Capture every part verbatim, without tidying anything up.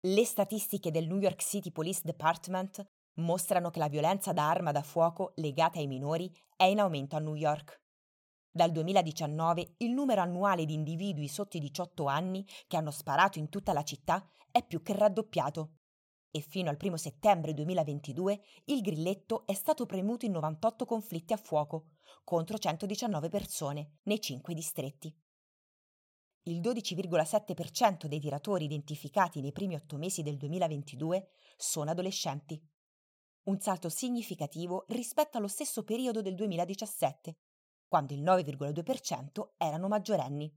Le statistiche del New York City Police Department mostrano che la violenza da arma da fuoco legata ai minori è in aumento a New York. Dal duemiladiciannove il numero annuale di individui sotto i diciotto anni che hanno sparato in tutta la città è più che raddoppiato e fino al primo settembre duemilaventidue il grilletto è stato premuto in novantotto conflitti a fuoco contro centodiciannove persone nei cinque distretti. Il dodici virgola sette per cento dei tiratori identificati nei primi otto mesi del duemilaventidue sono adolescenti. Un salto significativo rispetto allo stesso periodo del duemiladiciassette, quando il nove virgola due per cento erano maggiorenni.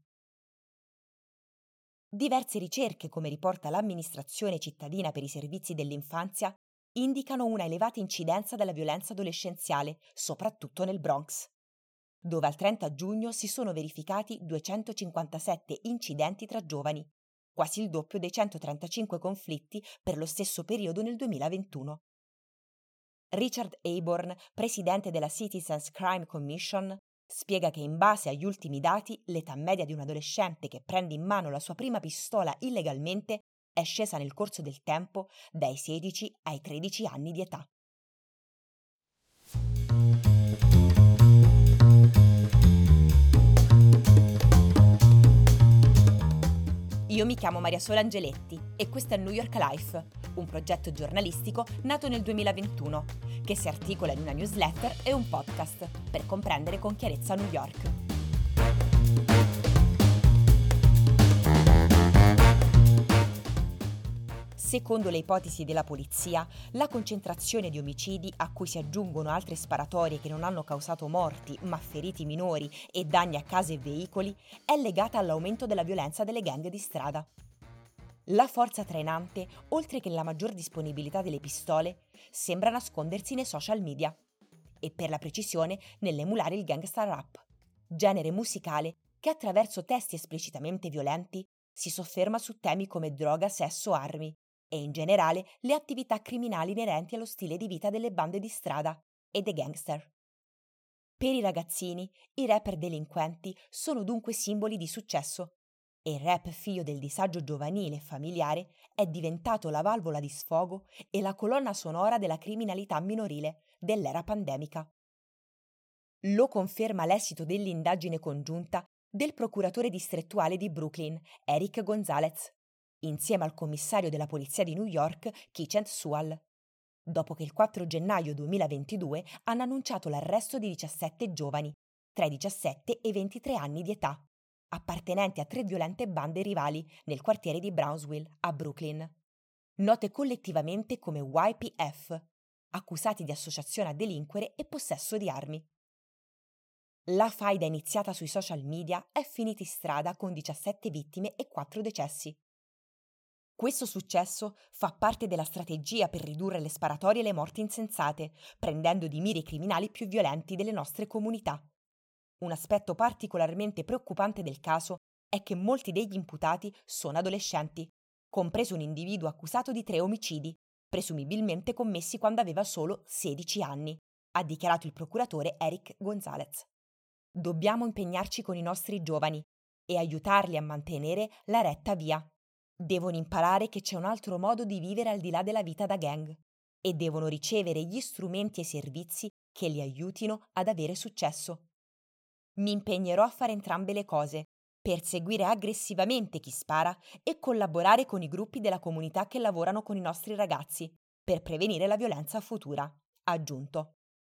Diverse ricerche, come riporta l'Amministrazione cittadina per i servizi dell'infanzia, indicano una elevata incidenza della violenza adolescenziale, soprattutto nel Bronx, dove al trenta giugno si sono verificati duecentocinquantasette incidenti tra giovani, quasi il doppio dei centotrentacinque conflitti per lo stesso periodo nel duemilaventuno. Richard Aborn, presidente della Citizens Crime Commission, spiega che in base agli ultimi dati l'età media di un adolescente che prende in mano la sua prima pistola illegalmente è scesa nel corso del tempo dai sedici ai tredici anni di età. Io mi chiamo Maria Sola Angeletti e questo è New York Life, un progetto giornalistico nato nel duemilaventuno, che si articola in una newsletter e un podcast per comprendere con chiarezza New York. Secondo le ipotesi della polizia, la concentrazione di omicidi a cui si aggiungono altre sparatorie che non hanno causato morti ma feriti minori e danni a case e veicoli è legata all'aumento della violenza delle gang di strada. La forza trainante, oltre che nella maggior disponibilità delle pistole, sembra nascondersi nei social media e per la precisione nell'emulare il gangsta rap, genere musicale che attraverso testi esplicitamente violenti si sofferma su temi come droga, sesso, armi e in generale le attività criminali inerenti allo stile di vita delle bande di strada e dei gangster. Per i ragazzini, i rapper delinquenti sono dunque simboli di successo e il rap, figlio del disagio giovanile e familiare, è diventato la valvola di sfogo e la colonna sonora della criminalità minorile dell'era pandemica. Lo conferma l'esito dell'indagine congiunta del procuratore distrettuale di Brooklyn, Eric Gonzalez, insieme al commissario della polizia di New York, Keechant Sewell, dopo che il quattro gennaio duemilaventidue hanno annunciato l'arresto di diciassette giovani, tra i diciassette e i ventitré anni di età, appartenenti a tre violente bande rivali nel quartiere di Brownsville, a Brooklyn, note collettivamente come Y P F, accusati di associazione a delinquere e possesso di armi. La faida iniziata sui social media è finita in strada con diciassette vittime e quattro decessi. Questo successo fa parte della strategia per ridurre le sparatorie e le morti insensate, prendendo di mira i criminali più violenti delle nostre comunità. Un aspetto particolarmente preoccupante del caso è che molti degli imputati sono adolescenti, compreso un individuo accusato di tre omicidi, presumibilmente commessi quando aveva solo sedici anni, ha dichiarato il procuratore Eric Gonzalez. Dobbiamo impegnarci con i nostri giovani e aiutarli a mantenere la retta via. Devono imparare che c'è un altro modo di vivere al di là della vita da gang e devono ricevere gli strumenti e i servizi che li aiutino ad avere successo. Mi impegnerò a fare entrambe le cose, perseguire aggressivamente chi spara e collaborare con i gruppi della comunità che lavorano con i nostri ragazzi per prevenire la violenza futura, ha aggiunto.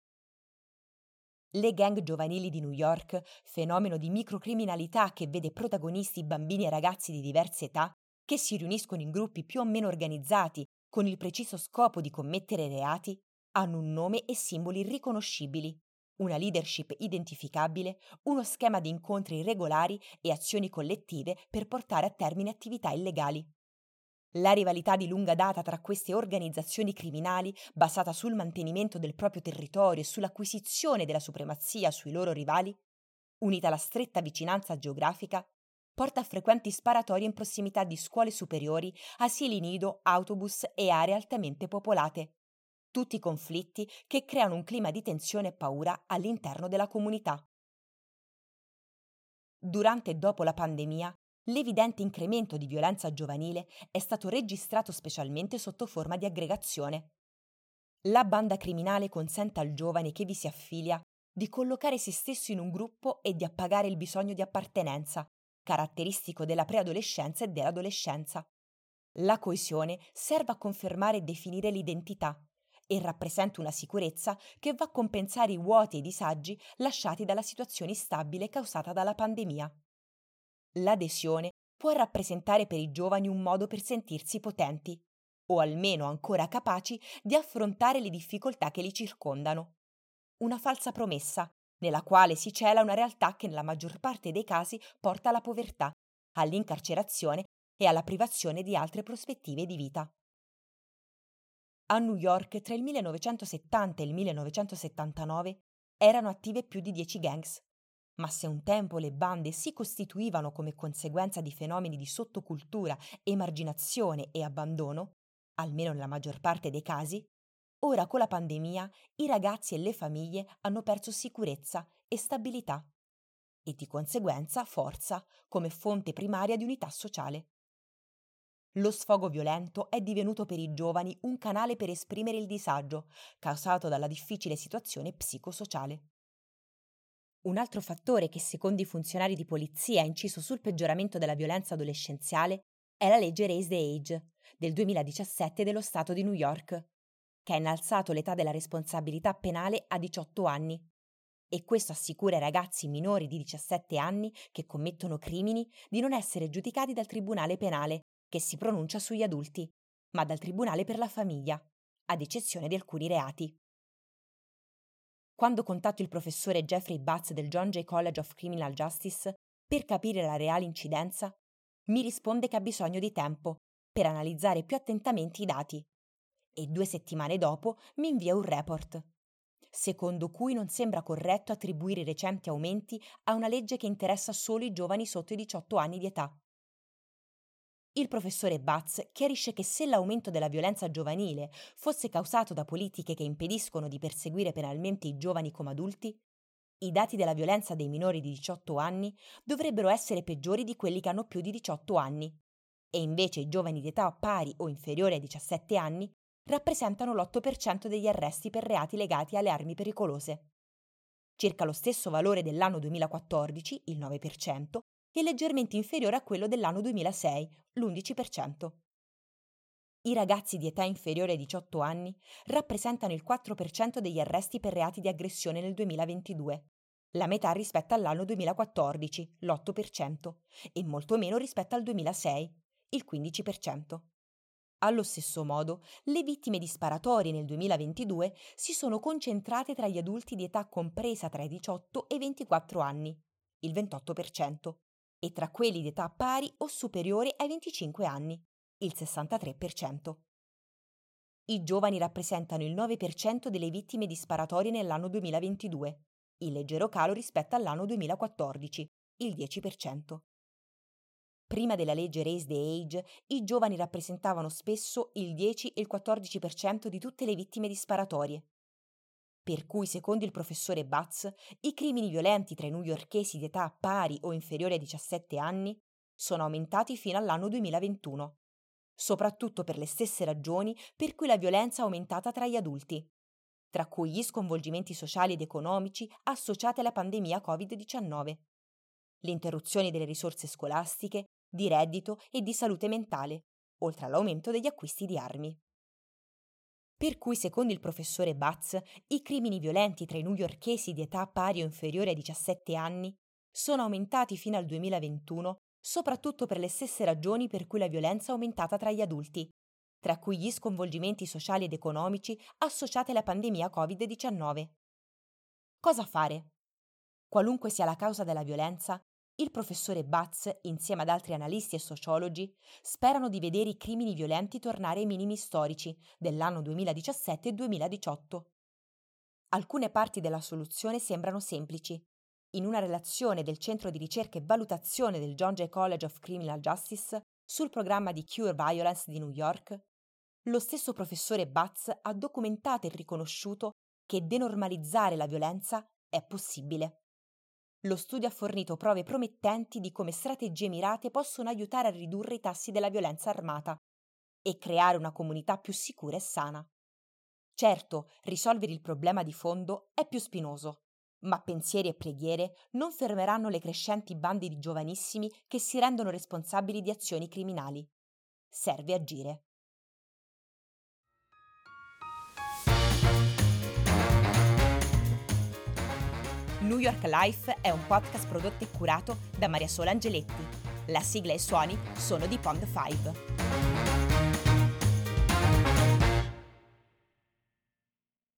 Le gang giovanili di New York, fenomeno di microcriminalità che vede protagonisti bambini e ragazzi di diverse età, che si riuniscono in gruppi più o meno organizzati con il preciso scopo di commettere reati, hanno un nome e simboli riconoscibili, una leadership identificabile, uno schema di incontri regolari e azioni collettive per portare a termine attività illegali. La rivalità di lunga data tra queste organizzazioni criminali, basata sul mantenimento del proprio territorio e sull'acquisizione della supremazia sui loro rivali, unita alla stretta vicinanza geografica, porta a frequenti sparatorie in prossimità di scuole superiori, asili nido, autobus e aree altamente popolate. Tutti conflitti che creano un clima di tensione e paura all'interno della comunità. Durante e dopo la pandemia, L'evidente incremento di violenza giovanile è stato registrato specialmente sotto forma di aggregazione. La banda criminale consente al giovane che vi si affilia di collocare se stesso in un gruppo e di appagare il bisogno di appartenenza, caratteristico della preadolescenza e dell'adolescenza. La coesione serve a confermare e definire l'identità e rappresenta una sicurezza che va a compensare i vuoti e i disagi lasciati dalla situazione instabile causata dalla pandemia. L'adesione può rappresentare per i giovani un modo per sentirsi potenti, o almeno ancora capaci di affrontare le difficoltà che li circondano. Una falsa promessa, nella quale si cela una realtà che nella maggior parte dei casi porta alla povertà, all'incarcerazione e alla privazione di altre prospettive di vita. A New York tra il millenovecentosettanta e il millenovecentosettantanove erano attive più di dieci gangs, ma se un tempo le bande si costituivano come conseguenza di fenomeni di sottocultura, emarginazione e abbandono, almeno nella maggior parte dei casi, ora con la pandemia i ragazzi e le famiglie hanno perso sicurezza e stabilità e di conseguenza forza come fonte primaria di unità sociale. Lo sfogo violento è divenuto per i giovani un canale per esprimere il disagio causato dalla difficile situazione psicosociale. Un altro fattore che secondo i funzionari di polizia ha inciso sul peggioramento della violenza adolescenziale è la legge Raise the Age del duemiladiciassette dello Stato di New York, che ha innalzato l'età della responsabilità penale a diciotto anni. E questo assicura ai ragazzi minori di diciassette anni che commettono crimini di non essere giudicati dal tribunale penale, che si pronuncia sugli adulti, ma dal tribunale per la famiglia, ad eccezione di alcuni reati. Quando contatto il professore Jeffrey Butts del John Jay College of Criminal Justice per capire la reale incidenza, mi risponde che ha bisogno di tempo per analizzare più attentamente i dati e due settimane dopo mi invia un report, secondo cui non sembra corretto attribuire i recenti aumenti a una legge che interessa solo i giovani sotto i diciotto anni di età. Il professore Butts chiarisce che se l'aumento della violenza giovanile fosse causato da politiche che impediscono di perseguire penalmente i giovani come adulti, i dati della violenza dei minori di diciotto anni dovrebbero essere peggiori di quelli che hanno più di diciotto anni, e invece i giovani di età pari o inferiore ai diciassette anni rappresentano l'otto per cento degli arresti per reati legati alle armi pericolose. Circa lo stesso valore dell'anno duemilaquattordici, il nove per cento, e leggermente inferiore a quello dell'anno duemilasei, l'undici per cento. I ragazzi di età inferiore ai diciotto anni rappresentano il quattro per cento degli arresti per reati di aggressione nel duemilaventidue, la metà rispetto all'anno duemilaquattordici, l'otto per cento, e molto meno rispetto al duemilasei, il quindici per cento. Allo stesso modo, le vittime di sparatorie nel duemilaventidue si sono concentrate tra gli adulti di età compresa tra i diciotto e i ventiquattro anni, il ventotto per cento, e tra quelli di età pari o superiore ai venticinque anni, il sessantatré per cento. I giovani rappresentano il nove per cento delle vittime di sparatorie nell'anno duemilaventidue, in leggero calo rispetto all'anno duemilaquattordici, il dieci per cento. Prima della legge Raise the Age, i giovani rappresentavano spesso il dieci e il quattordici per cento di tutte le vittime di sparatorie. Per cui, secondo il professore Butts, i crimini violenti tra i newyorkesi di età pari o inferiore ai diciassette anni sono aumentati fino all'anno duemilaventuno, soprattutto per le stesse ragioni per cui la violenza è aumentata tra gli adulti, tra cui gli sconvolgimenti sociali ed economici associati alla pandemia covid diciannove, l'interruzione delle risorse scolastiche, di reddito e di salute mentale, oltre all'aumento degli acquisti di armi. Per cui, secondo il professore Butts, i crimini violenti tra i newyorkesi di età pari o inferiore ai diciassette anni sono aumentati fino al duemilaventuno soprattutto per le stesse ragioni per cui la violenza è aumentata tra gli adulti, tra cui gli sconvolgimenti sociali ed economici associati alla pandemia covid diciannove. Cosa fare? Qualunque sia la causa della violenza, il professore Butts, insieme ad altri analisti e sociologi, sperano di vedere i crimini violenti tornare ai minimi storici dell'anno duemiladiciassette e duemiladiciotto. Alcune parti della soluzione sembrano semplici. In una relazione del Centro di ricerca e valutazione del John Jay College of Criminal Justice sul programma di Cure Violence di New York, lo stesso professore Butts ha documentato e riconosciuto che denormalizzare la violenza è possibile. Lo studio ha fornito prove promettenti di come strategie mirate possono aiutare a ridurre i tassi della violenza armata e creare una comunità più sicura e sana. Certo, risolvere il problema di fondo è più spinoso, ma pensieri e preghiere non fermeranno le crescenti bande di giovanissimi che si rendono responsabili di azioni criminali. Serve agire. New York Life è un podcast prodotto e curato da Maria Sola Angeletti. La sigla e i suoni sono di Pond cinque.